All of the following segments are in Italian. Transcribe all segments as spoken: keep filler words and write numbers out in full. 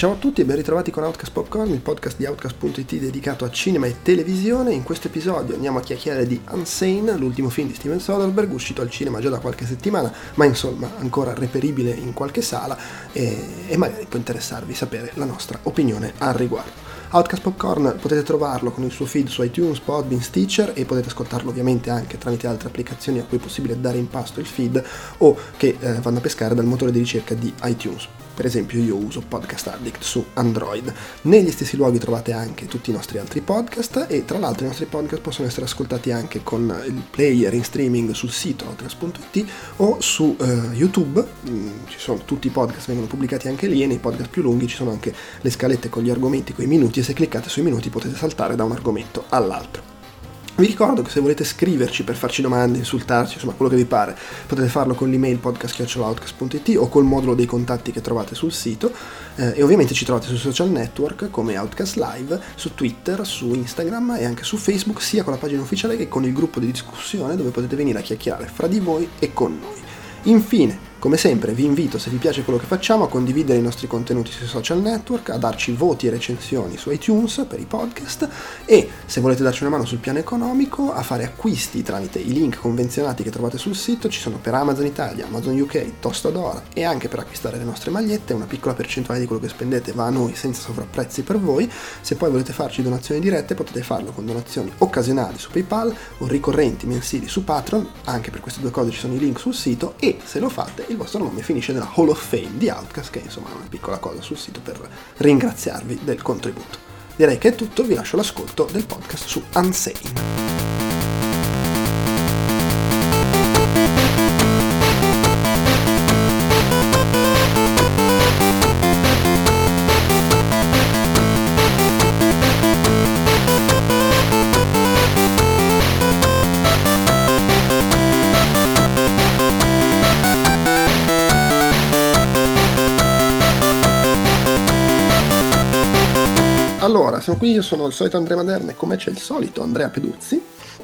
Ciao a tutti e ben ritrovati con Outcast Popcorn, il podcast di Outcast punto it dedicato a cinema e televisione. In questo episodio andiamo a chiacchierare di Unsane, l'ultimo film di Steven Soderbergh, uscito al cinema già da qualche settimana, ma insomma ancora reperibile in qualche sala e, e magari può interessarvi sapere la nostra opinione al riguardo. Outcast Popcorn potete trovarlo con il suo feed su iTunes, Podbean, Stitcher e potete ascoltarlo ovviamente anche tramite altre applicazioni a cui è possibile dare in pasto il feed o che eh, vanno a pescare dal motore di ricerca di iTunes. Per esempio io uso Podcast Addict su Android. Negli stessi luoghi trovate anche tutti i nostri altri podcast e tra l'altro i nostri podcast possono essere ascoltati anche con il player in streaming sul sito outcast punto it o su uh, YouTube. Mm, ci sono tutti i podcast, vengono pubblicati anche lì e nei podcast più lunghi ci sono anche le scalette con gli argomenti, con i minuti e se cliccate sui minuti potete saltare da un argomento all'altro. Vi ricordo che se volete scriverci per farci domande, insultarci, insomma quello che vi pare, potete farlo con l'email podcast chiocciola outcast punto it o col modulo dei contatti che trovate sul sito eh, e ovviamente ci trovate sui social network come Outcast Live, su Twitter, su Instagram e anche su Facebook, sia con la pagina ufficiale che con il gruppo di discussione dove potete venire a chiacchierare fra di voi e con noi. Infine, come sempre, vi invito, se vi piace quello che facciamo, a condividere i nostri contenuti sui social network, a darci voti e recensioni su iTunes per i podcast e, se volete darci una mano sul piano economico, a fare acquisti tramite i link convenzionati che trovate sul sito. Ci sono per Amazon Italia, Amazon U K, Tostadora e anche per acquistare le nostre magliette. Una piccola percentuale di quello che spendete va a noi senza sovrapprezzi per voi. Se poi volete farci donazioni dirette potete farlo con donazioni occasionali su PayPal o ricorrenti mensili su Patreon. Anche per queste due cose ci sono i link sul sito e, se lo fate, il vostro nome finisce nella Hall of Fame di Outcast, che insomma è una piccola cosa sul sito per ringraziarvi del contributo. Direi che è tutto, vi lascio l'ascolto del podcast su Unsane. Allora, siamo qui, io sono il solito Andrea Maderna e come c'è il solito Andrea Peduzzi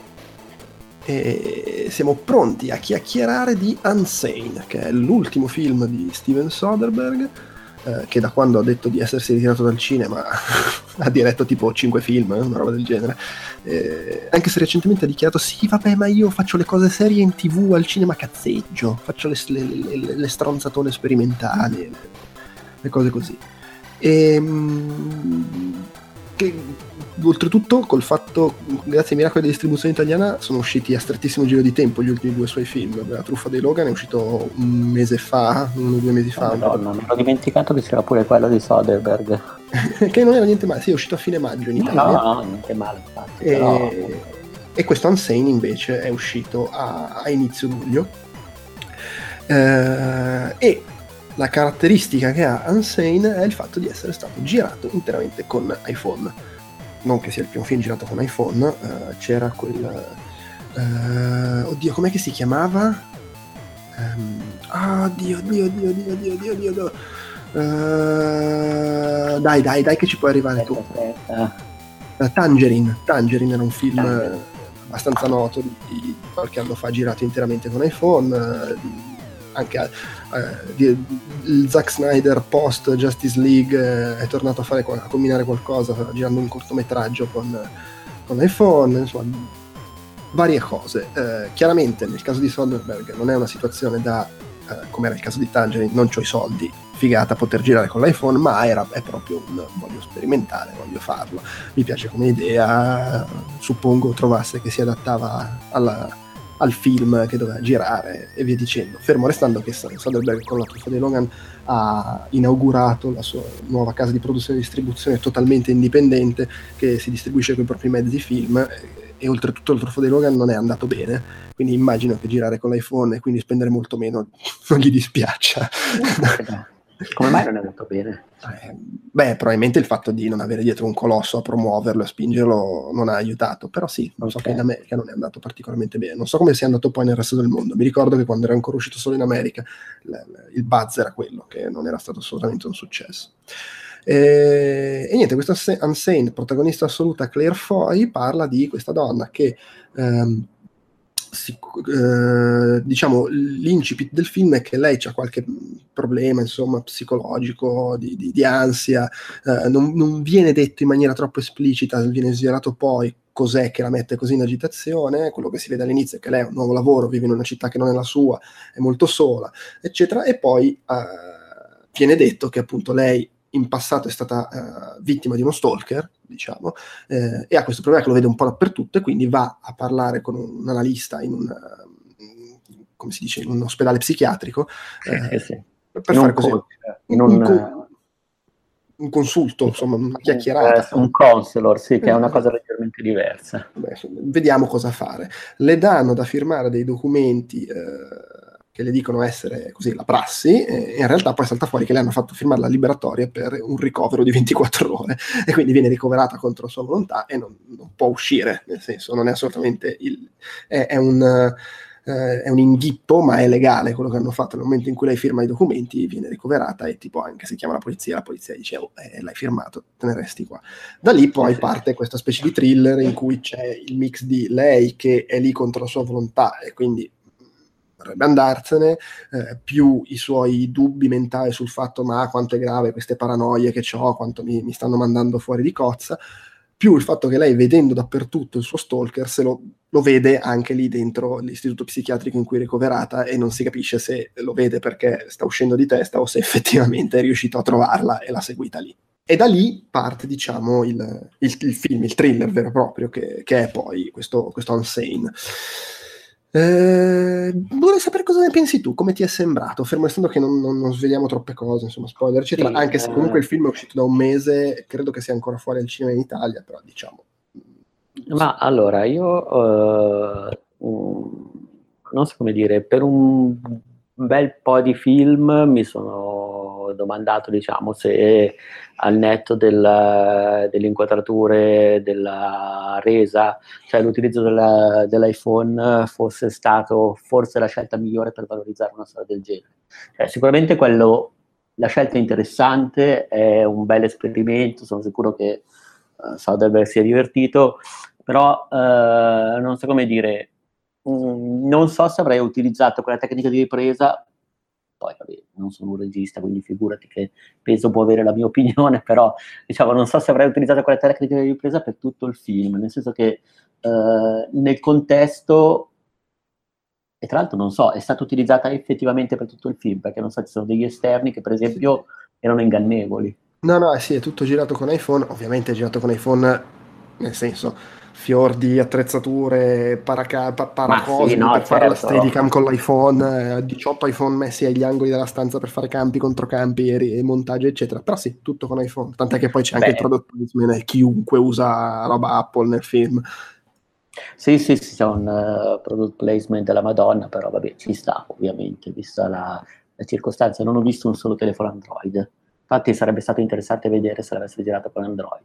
e siamo pronti a chiacchierare di Unsane, che è l'ultimo film di Steven Soderbergh, eh, che da quando ha detto di essersi ritirato dal cinema ha diretto tipo cinque film, una roba del genere, eh, anche se recentemente ha dichiarato sì vabbè ma io faccio le cose serie in tv, al cinema cazzeggio, faccio le, le, le, le stronzatone sperimentali, le, le cose così. E che oltretutto col fatto, grazie ai miracoli della distribuzione italiana, sono usciti a strettissimo giro di tempo gli ultimi due suoi film. La truffa dei Logan è uscito un mese fa, uno o due mesi fa. Oh, no, non ho dimenticato che c'era pure quello di Soderbergh. Che non era niente male, sì, è uscito a fine maggio in Italia. No, no, no, niente male infatti. E, però... e questo Unsane invece è uscito a, a inizio luglio. Eh, e la caratteristica che ha Unsane è il fatto di essere stato girato interamente con iPhone. Non che sia il primo film girato con iPhone, uh, c'era quel... Uh, oddio, com'è che si chiamava? Um, oh, Dio, Dio, Dio, Dio, Dio, Dio, Dio, Dio. Uh, dai, dai, dai che ci puoi arrivare tu. Uh, Tangerine. Tangerine era un film Tangerine. abbastanza noto di, di qualche anno fa, girato interamente con iPhone, uh, anche eh, di, il Zack Snyder post Justice League eh, è tornato a fare a combinare qualcosa girando un cortometraggio con, con iPhone, insomma varie cose. Eh, chiaramente nel caso di Soderbergh non è una situazione da eh, come era il caso di Tangerine, non c'ho i soldi, figata poter girare con l'iPhone, ma era, è proprio un voglio sperimentare, voglio farlo, mi piace come idea, suppongo trovasse che si adattava alla al film che doveva girare e via dicendo, fermo restando che Soderbergh con la truffa di Logan ha inaugurato la sua nuova casa di produzione e distribuzione totalmente indipendente che si distribuisce con i propri mezzi film e, e oltretutto la truffa di Logan non è andato bene, quindi immagino che girare con l'iPhone e quindi spendere molto meno non gli dispiaccia. Come mai non è andato bene? Eh, beh, probabilmente il fatto di non avere dietro un colosso a promuoverlo e a spingerlo non ha aiutato, però sì, non so Okay. che in America non è andato particolarmente bene, non so come sia andato poi nel resto del mondo. Mi ricordo che quando era ancora uscito solo in America l- l- il buzz era quello, che non era stato assolutamente un successo. E, e niente, questa Unsane, protagonista assoluta Claire Foy, parla di questa donna che ehm, si, eh, diciamo, l'incipit del film è che lei ha qualche problema, insomma, psicologico, di, di, di ansia, eh, non, non viene detto in maniera troppo esplicita, viene svelato poi cos'è che la mette così in agitazione. Quello che si vede all'inizio è che lei ha un nuovo lavoro, vive in una città che non è la sua, è molto sola, eccetera, e poi eh, viene detto che appunto lei in passato è stata uh, vittima di uno stalker, diciamo, eh, e ha questo problema che lo vede un po' dappertutto, e quindi va a parlare con un analista in un, uh, come si dice, in un ospedale psichiatrico, eh, sì. per in fare un così coach, un, in un, un, un consulto, insomma, una un, chiacchierata. un counselor, sì, che è una cosa Esatto. leggermente diversa. Beh, vediamo cosa fare. Le danno da firmare dei documenti eh, che le dicono essere così la prassi, e in realtà poi salta fuori che le hanno fatto firmare la liberatoria per un ricovero di ventiquattro ore, e quindi viene ricoverata contro sua volontà e non, non può uscire, nel senso non è assolutamente il, è, è un eh, è un inghippo, ma è legale quello che hanno fatto. Nel momento in cui lei firma i documenti viene ricoverata, e tipo anche se chiama la polizia, la polizia dice oh, eh, l'hai firmato, te ne resti qua. Da lì poi sì, parte questa specie di thriller in cui c'è il mix di lei che è lì contro la sua volontà e quindi vorrebbe andarsene, eh, più i suoi dubbi mentali sul fatto ma quanto è grave queste paranoie che ho, quanto mi, mi stanno mandando fuori di cozza, più il fatto che lei, vedendo dappertutto il suo stalker, se lo, lo vede anche lì dentro l'istituto psichiatrico in cui è ricoverata, e non si capisce se lo vede perché sta uscendo di testa o se effettivamente è riuscito a trovarla e l'ha seguita lì. E da lì parte, diciamo, il, il, il film, il thriller vero e proprio, che, che è poi questo, questo Unsane. Eh, vorrei sapere cosa ne pensi tu, come ti è sembrato, fermo restando che non, non, non sveliamo troppe cose, insomma, spoiler, eccetera, sì, anche se comunque eh, il film è uscito da un mese, credo che sia ancora fuori al cinema in Italia, però diciamo... ma allora io eh, mm, non so come dire, per un bel po' di film mi sono domandato, diciamo, se al netto del- delle inquadrature, della resa, cioè l'utilizzo della- dell'iPhone fosse stato forse la scelta migliore per valorizzare una storia del genere. Cioè, sicuramente quello, la scelta è interessante, è un bel esperimento, sono sicuro che uh, Soderbergh sia divertito, però uh, non so come dire, um, non so se avrei utilizzato quella tecnica di ripresa. Poi vabbè, non sono un regista, quindi figurati che peso può avere la mia opinione, però diciamo, non so se avrei utilizzato quella tecnica di ripresa per tutto il film, nel senso che uh, nel contesto, e tra l'altro non so, è stata utilizzata effettivamente per tutto il film, perché non so, ci sono degli esterni che per esempio erano ingannevoli. No, no, eh sì, è tutto girato con iPhone, ovviamente è girato con iPhone, nel senso, fior di attrezzature, paraca- pa- Ma sì, paracose no, per fare la certo. Steadicam con l'iPhone, eh, diciotto iPhone messi agli angoli della stanza per fare campi, controcampi e, ri- e montaggio, eccetera. Però sì, tutto con iPhone, tant'è che poi c'è anche il Beh, product placement e chiunque usa roba Apple nel film. sì, sì, sì, c'è un uh, product placement della Madonna, però vabbè, ci sta, ovviamente, vista la, la circostanza. Non ho visto un solo telefono Android. Infatti sarebbe stato interessante vedere se l'avesse girato con Android.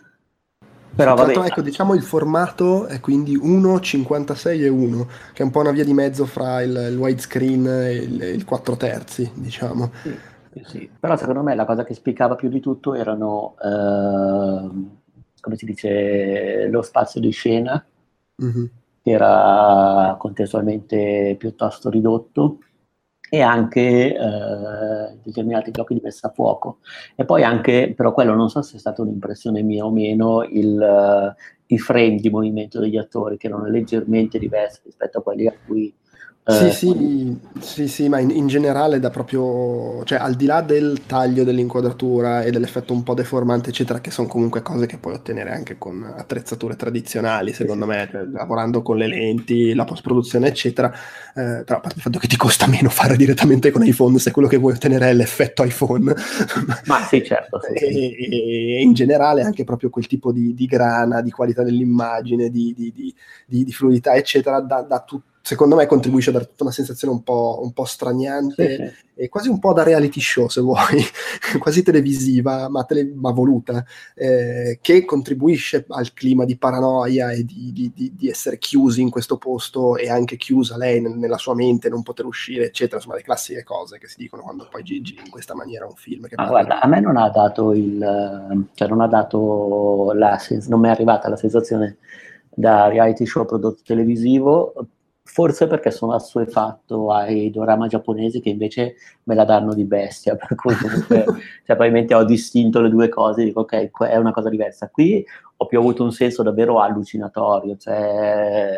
Sì, Però tra l'altro, vabbè, ecco, diciamo il formato è quindi uno cinquantasei e uno, che è un po' una via di mezzo fra il, il widescreen e il, il quattro terzi, diciamo. sì, sì, sì. Però secondo me la cosa che spiccava più di tutto erano, ehm, come si dice, lo spazio di scena, Mhm. che era contestualmente piuttosto ridotto, e anche eh, determinati giochi di messa a fuoco. E poi anche, però quello non so se è stata un'impressione mia o meno, il, eh, i frame di movimento degli attori, che erano leggermente diversi rispetto a quelli a cui... Sì, eh, sì, sì, sì, ma in, in generale da proprio, cioè al di là del taglio dell'inquadratura e dell'effetto un po' deformante, eccetera, che sono comunque cose che puoi ottenere anche con attrezzature tradizionali, sì, sì, secondo sì. me, cioè, lavorando con le lenti, la post-produzione, eccetera, eh, però a parte il fatto che ti costa meno fare direttamente con iPhone, se quello che vuoi ottenere è l'effetto iPhone. Ma sì, certo, sì, sì. E, e in generale anche proprio quel tipo di, di grana, di qualità dell'immagine, di, di, di, di, di fluidità, eccetera, da, da tutto. Secondo me contribuisce a dare tutta una sensazione un po', un po' Sì, straniante sì. e quasi un po' da reality show, se vuoi, quasi televisiva, ma, tele- ma voluta, eh, che contribuisce al clima di paranoia e di, di- di- di essere chiusi in questo posto, e anche chiusa lei nel- nella sua mente, non poter uscire, eccetera. Insomma, le classiche cose che si dicono quando poi giri in questa maniera un film che Ma parla guarda, di... a me non ha dato il, cioè non ha dato la sens- non mi è arrivata la sensazione da reality show prodotto televisivo, forse perché sono assuefatto ai dorama giapponesi che invece me la danno di bestia, per cui comunque cioè, probabilmente ho distinto le due cose, dico ok, è una cosa diversa. Qui ho più avuto un senso davvero allucinatorio, cioè,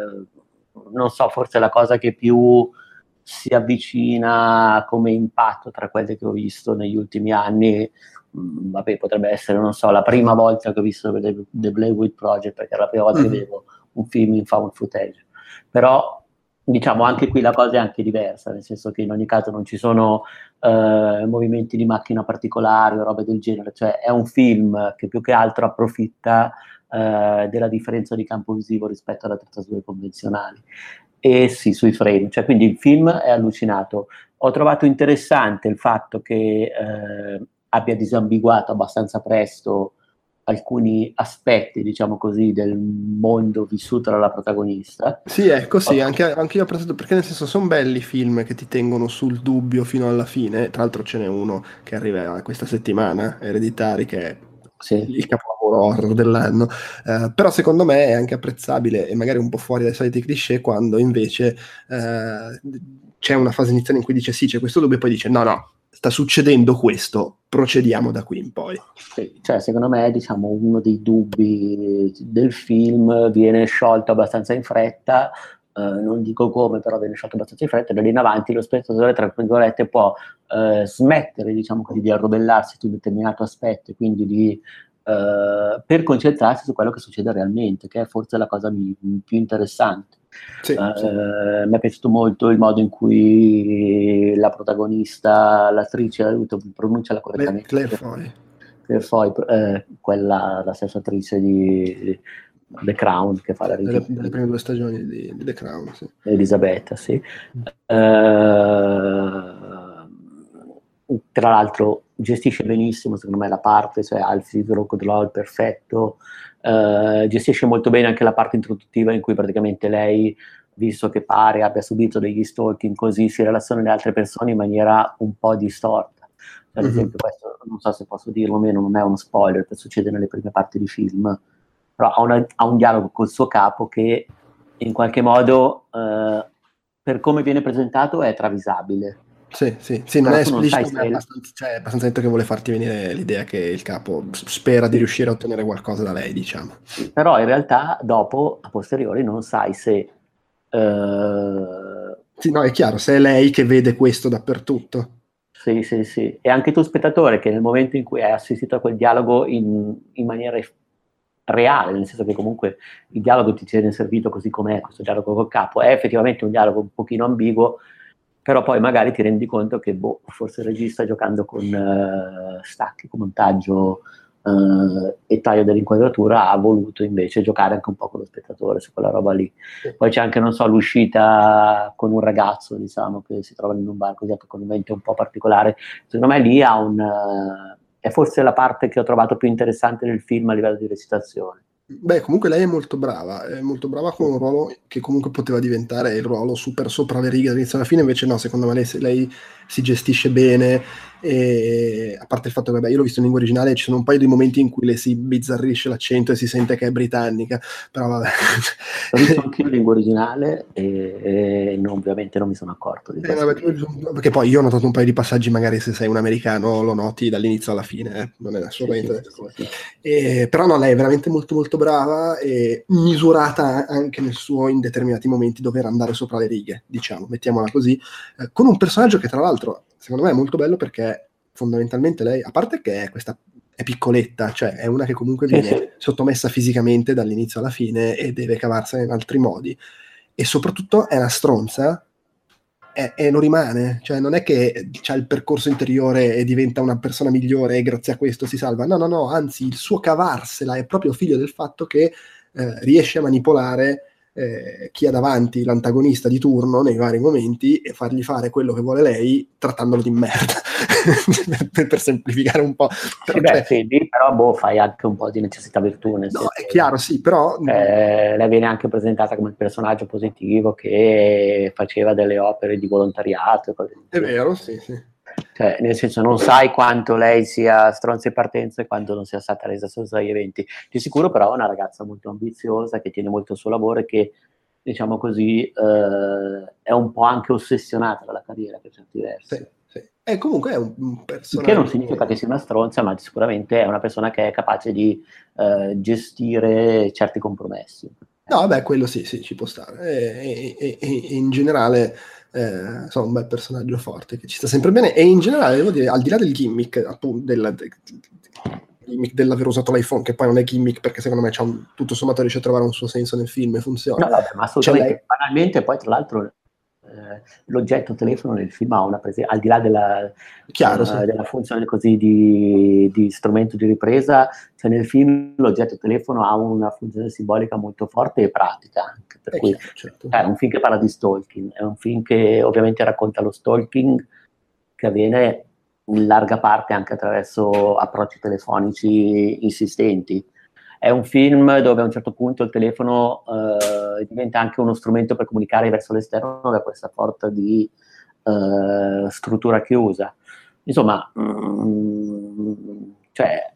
è, non so, forse è la cosa che più si avvicina come impatto tra quelle che ho visto negli ultimi anni. Mm, vabbè, potrebbe essere, non so, la prima volta che ho visto The, The Blair Witch Project, perché era la prima volta mm-hmm. che vedevo un film in found footage. Però, diciamo, anche qui la cosa è anche diversa, nel senso che in ogni caso non ci sono eh, movimenti di macchina particolari o robe del genere, cioè è un film che più che altro approfitta eh, della differenza di campo visivo rispetto alle attrezzature convenzionali. E sì, sui frame, cioè quindi il film è allucinato. Ho trovato interessante il fatto che eh, abbia disambiguato abbastanza presto alcuni aspetti, diciamo così, del mondo vissuto dalla protagonista. Sì, è così, anche, anche io ho pensato, perché nel senso sono belli i film che ti tengono sul dubbio fino alla fine, tra l'altro ce n'è uno che arriva questa settimana, Ereditari, che è sì. il capolavoro horror dell'anno, uh, però secondo me è anche apprezzabile e magari un po' fuori dai soliti cliché quando invece uh, c'è una fase iniziale in cui dice sì, c'è questo dubbio e poi dice no, no, sta succedendo questo, procediamo da qui in poi. Sì, cioè secondo me diciamo uno dei dubbi del film viene sciolto abbastanza in fretta, eh, non dico come, però viene sciolto abbastanza in fretta e da lì in avanti lo spettatore tra virgolette può eh, smettere diciamo così di arrovellarsi su un determinato aspetto e quindi di eh, per concentrarsi su quello che succede realmente, che è forse la cosa mi, più interessante. Sì, uh, sì. Uh, mi è piaciuto molto il modo in cui la protagonista, l'attrice, pronuncia la correttamente. Claire Foy. Claire Foy, eh, quella, la stessa attrice di The Crown che fa la regina. Delle, delle prime due stagioni di, di The Crown, sì. Elisabetta, sì. Mm. Uh, tra l'altro gestisce benissimo, secondo me, la parte, cioè ha il fisico controllo perfetto. Uh, gestisce molto bene anche la parte introduttiva in cui praticamente lei, visto che pare abbia subito degli stalking così, si relaziona alle altre persone in maniera un po' distorta. Ad esempio, mm-hmm. questo non so se posso dirlo o meno, non è uno spoiler, che succede nelle prime parti di film, però ha, una, ha un dialogo col suo capo che in qualche modo, uh, per come viene presentato, è travisabile. Sì, sì, sì, non è esplicito, ma è abbastanza, cioè, è abbastanza detto che vuole farti venire l'idea che il capo spera di riuscire a ottenere qualcosa da lei, diciamo. Però in realtà dopo, a posteriori, non sai se... Uh... Sì, no, è chiaro, se è lei che vede questo dappertutto. Sì, sì, sì. E anche tu spettatore che nel momento in cui hai assistito a quel dialogo in, in maniera reale, nel senso che comunque il dialogo ti tiene servito così com'è, questo dialogo col capo, è effettivamente un dialogo un pochino ambiguo, però poi magari ti rendi conto che boh, forse il regista giocando con uh, stacchi, con montaggio uh, e taglio dell'inquadratura ha voluto invece giocare anche un po' con lo spettatore su quella roba lì. Sì. Poi c'è anche, non so, l'uscita con un ragazzo, diciamo, che si trova in un bar così, con un mente un po' particolare. Secondo me lì ha un... Uh, è forse la parte che ho trovato più interessante del film a livello di recitazione. Beh, comunque lei è molto brava, è molto brava con un ruolo che comunque poteva diventare il ruolo super sopra le righe dall'inizio alla fine, invece no, secondo me lei, lei si gestisce bene, e a parte il fatto che vabbè, io l'ho visto in lingua originale, ci sono un paio di momenti in cui le si bizzarrisce l'accento e si sente che è britannica, però vabbè. L'ho visto anche in lingua originale e, e non, ovviamente non mi sono accorto di questo. Eh, vabbè, perché poi io ho notato un paio di passaggi, magari se sei un americano lo noti dall'inizio alla fine, eh? Non è assolutamente sì, sì, sì, sì. E, però no, lei è veramente molto molto brava e misurata anche nel suo, in determinati momenti, dover andare sopra le righe, diciamo, mettiamola così, eh, con un personaggio che tra l'altro secondo me è molto bello perché fondamentalmente lei, a parte che è questa è piccoletta, cioè è una che comunque viene sì, sì. sottomessa fisicamente dall'inizio alla fine e deve cavarsene in altri modi, e soprattutto è una stronza e, e lo rimane, cioè non è che c'ha il percorso interiore e diventa una persona migliore e grazie a questo si salva, no no no, anzi il suo cavarsela è proprio figlio del fatto che eh, riesce a manipolare eh, chi ha davanti, l'antagonista di turno nei vari momenti, e fargli fare quello che vuole lei trattandolo di merda per, per semplificare un po'. Però, sì, beh, cioè, sì, lì però boh, fai anche un po' di necessità virtù, nel no, senso, è chiaro, sì, però eh, lei viene anche presentata come il personaggio positivo che faceva delle opere di volontariato e cose è vero, sì, sì. Cioè, nel senso, non sai quanto lei sia stronza in partenza e quanto non sia stata resa stronza dagli eventi. Di sicuro però è una ragazza molto ambiziosa che tiene molto il suo lavoro e che diciamo così, eh, è un po' anche ossessionata dalla carriera per certi versi. Sì, sì. E comunque è un, un personaggio... Che non significa che sia una stronza, ma sicuramente è una persona che è capace di eh, gestire certi compromessi. No, beh, quello sì, sì, ci può stare. E, e, e, e in generale, eh, insomma, un bel personaggio forte che ci sta sempre bene. E in generale, devo dire, al di là del gimmick, appunto, del, del gimmick dell'aver usato l'iPhone, che poi non è gimmick perché secondo me c'è un, tutto sommato riesce a trovare un suo senso nel film e funziona. No, vabbè, ma assolutamente, banalmente, poi tra l'altro eh, l'oggetto telefono nel film ha una presenza, al di là della, Chiaro, uh, sì. della funzione così di, di strumento di ripresa, cioè nel film l'oggetto telefono ha una funzione simbolica molto forte e pratica, anche, per È cui chiaro, certo. è un film che parla di stalking, è un film che ovviamente racconta lo stalking che avviene in larga parte anche attraverso approcci telefonici insistenti. È un film dove a un certo punto il telefono eh, diventa anche uno strumento per comunicare verso l'esterno da questa sorta di eh, struttura chiusa. Insomma, mm, cioè,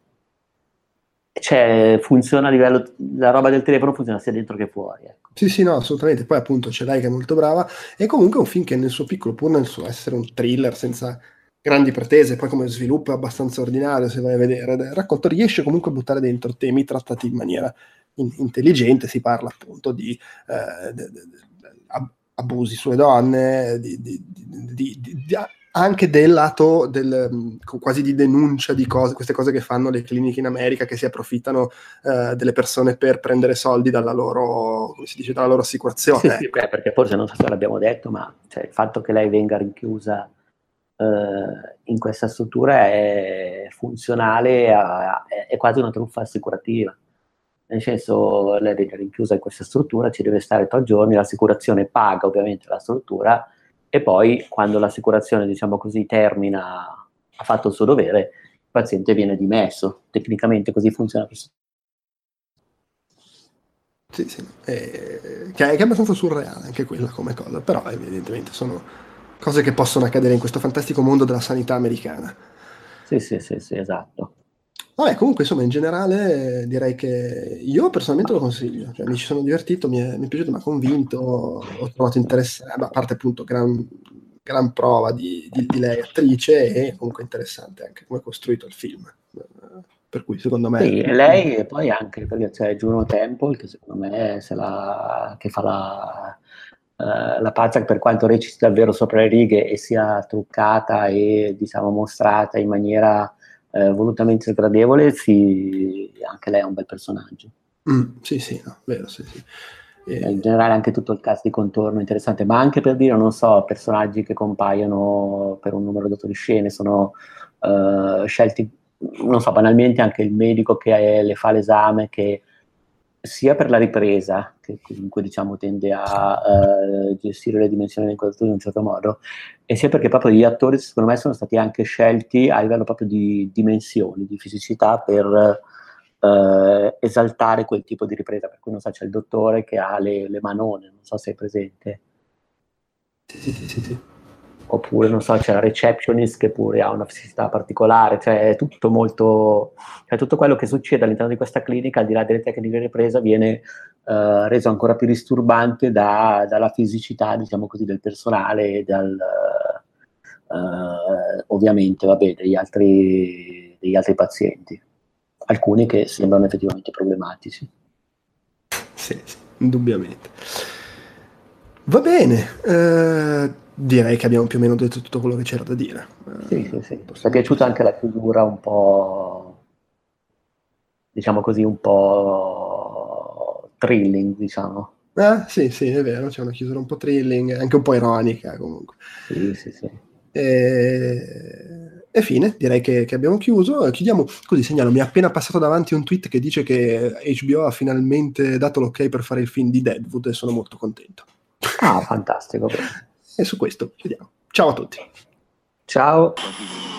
cioè, funziona a livello, la roba del telefono funziona sia dentro che fuori. Ecco. Sì, sì, no, assolutamente. Poi appunto c'è lei che è molto brava. E comunque è un film che nel suo piccolo, pur nel suo essere un thriller senza grandi pretese, poi come sviluppo è abbastanza ordinario se vai a vedere. Il racconto riesce comunque a buttare dentro temi trattati in maniera in- intelligente. Si parla appunto di eh, de- de- de- ab- abusi sulle donne, di, di- di- di- di- di- anche del lato del, mh, quasi di denuncia di cose, queste cose che fanno le cliniche in America, che si approfittano eh, delle persone per prendere soldi dalla loro, come si dice, dalla loro assicurazione. Sì, sì, perché forse non so se l'abbiamo detto, ma cioè, il fatto che lei venga rinchiusa eh, in questa struttura è funzionale, a, è, è quasi una truffa assicurativa. Nel senso, lei viene rinchiusa in questa struttura, ci deve stare tre giorni, l'assicurazione paga ovviamente la struttura e poi quando l'assicurazione, diciamo così, termina, ha fatto il suo dovere, il paziente viene dimesso. Tecnicamente così funziona. Sì, sì, eh, che, è, che è abbastanza surreale anche quella come cosa, però evidentemente sono cose che possono accadere in questo fantastico mondo della sanità americana. Sì, sì, sì, sì, esatto. Vabbè, comunque insomma in generale eh, direi che io personalmente lo consiglio, cioè mi ci sono divertito, mi è, mi è piaciuto, mi ha convinto, ho trovato interessante, a parte appunto gran, gran prova di, di, di lei attrice e comunque interessante anche come è costruito il film, per cui secondo me... Sì, e lei e poi anche perché c'è Juno Temple che secondo me se la, che fa la, eh, la pazza per quanto reciti davvero sopra le righe e sia truccata e diciamo mostrata in maniera eh, volutamente sgradevole, sì, anche lei è un bel personaggio. Mm, sì, sì, no, vero, sì, sì. E... In generale anche tutto il cast di contorno è interessante, ma anche per dire, non so, personaggi che compaiono per un numero dato di scene sono uh, scelti, non so, banalmente anche il medico che le fa l'esame, che sia per la ripresa, che comunque diciamo tende a uh, gestire le dimensioni dell'inquadratura in un certo modo, e sia perché proprio gli attori secondo me sono stati anche scelti a livello proprio di dimensioni, di fisicità per... Uh, esaltare quel tipo di ripresa, per cui non so, c'è il dottore che ha le, le manone, non so se è presente, Sì, sì, sì, sì, sì. oppure non so, c'è la receptionist che pure ha una fisicità particolare, cioè è tutto molto, cioè tutto quello che succede all'interno di questa clinica, al di là delle tecniche di ripresa, viene uh, reso ancora più disturbante da, dalla fisicità, diciamo così, del personale e dal, uh, ovviamente, vabbè, degli altri, degli altri pazienti. Alcuni che sembrano effettivamente problematici. Sì, sì, indubbiamente. Va bene, eh, direi che abbiamo più o meno detto tutto quello che c'era da dire. Sì, Eh, sì, sì. Mi è possiamo piaciuta passare. anche la chiusura un po', diciamo così, un po' thrilling, diciamo. Ah, sì, sì, è vero, c'è una chiusura un po' thrilling, anche un po' ironica comunque. Sì, sì, sì. E, e fine, direi che, che abbiamo chiuso. Chiudiamo così, segnalo, mi è appena passato davanti un tweet che dice che H B O ha finalmente dato l'ok per fare il film di Deadwood e sono molto contento. Ah, fantastico. E su questo chiudiamo. Ciao a tutti. Ciao.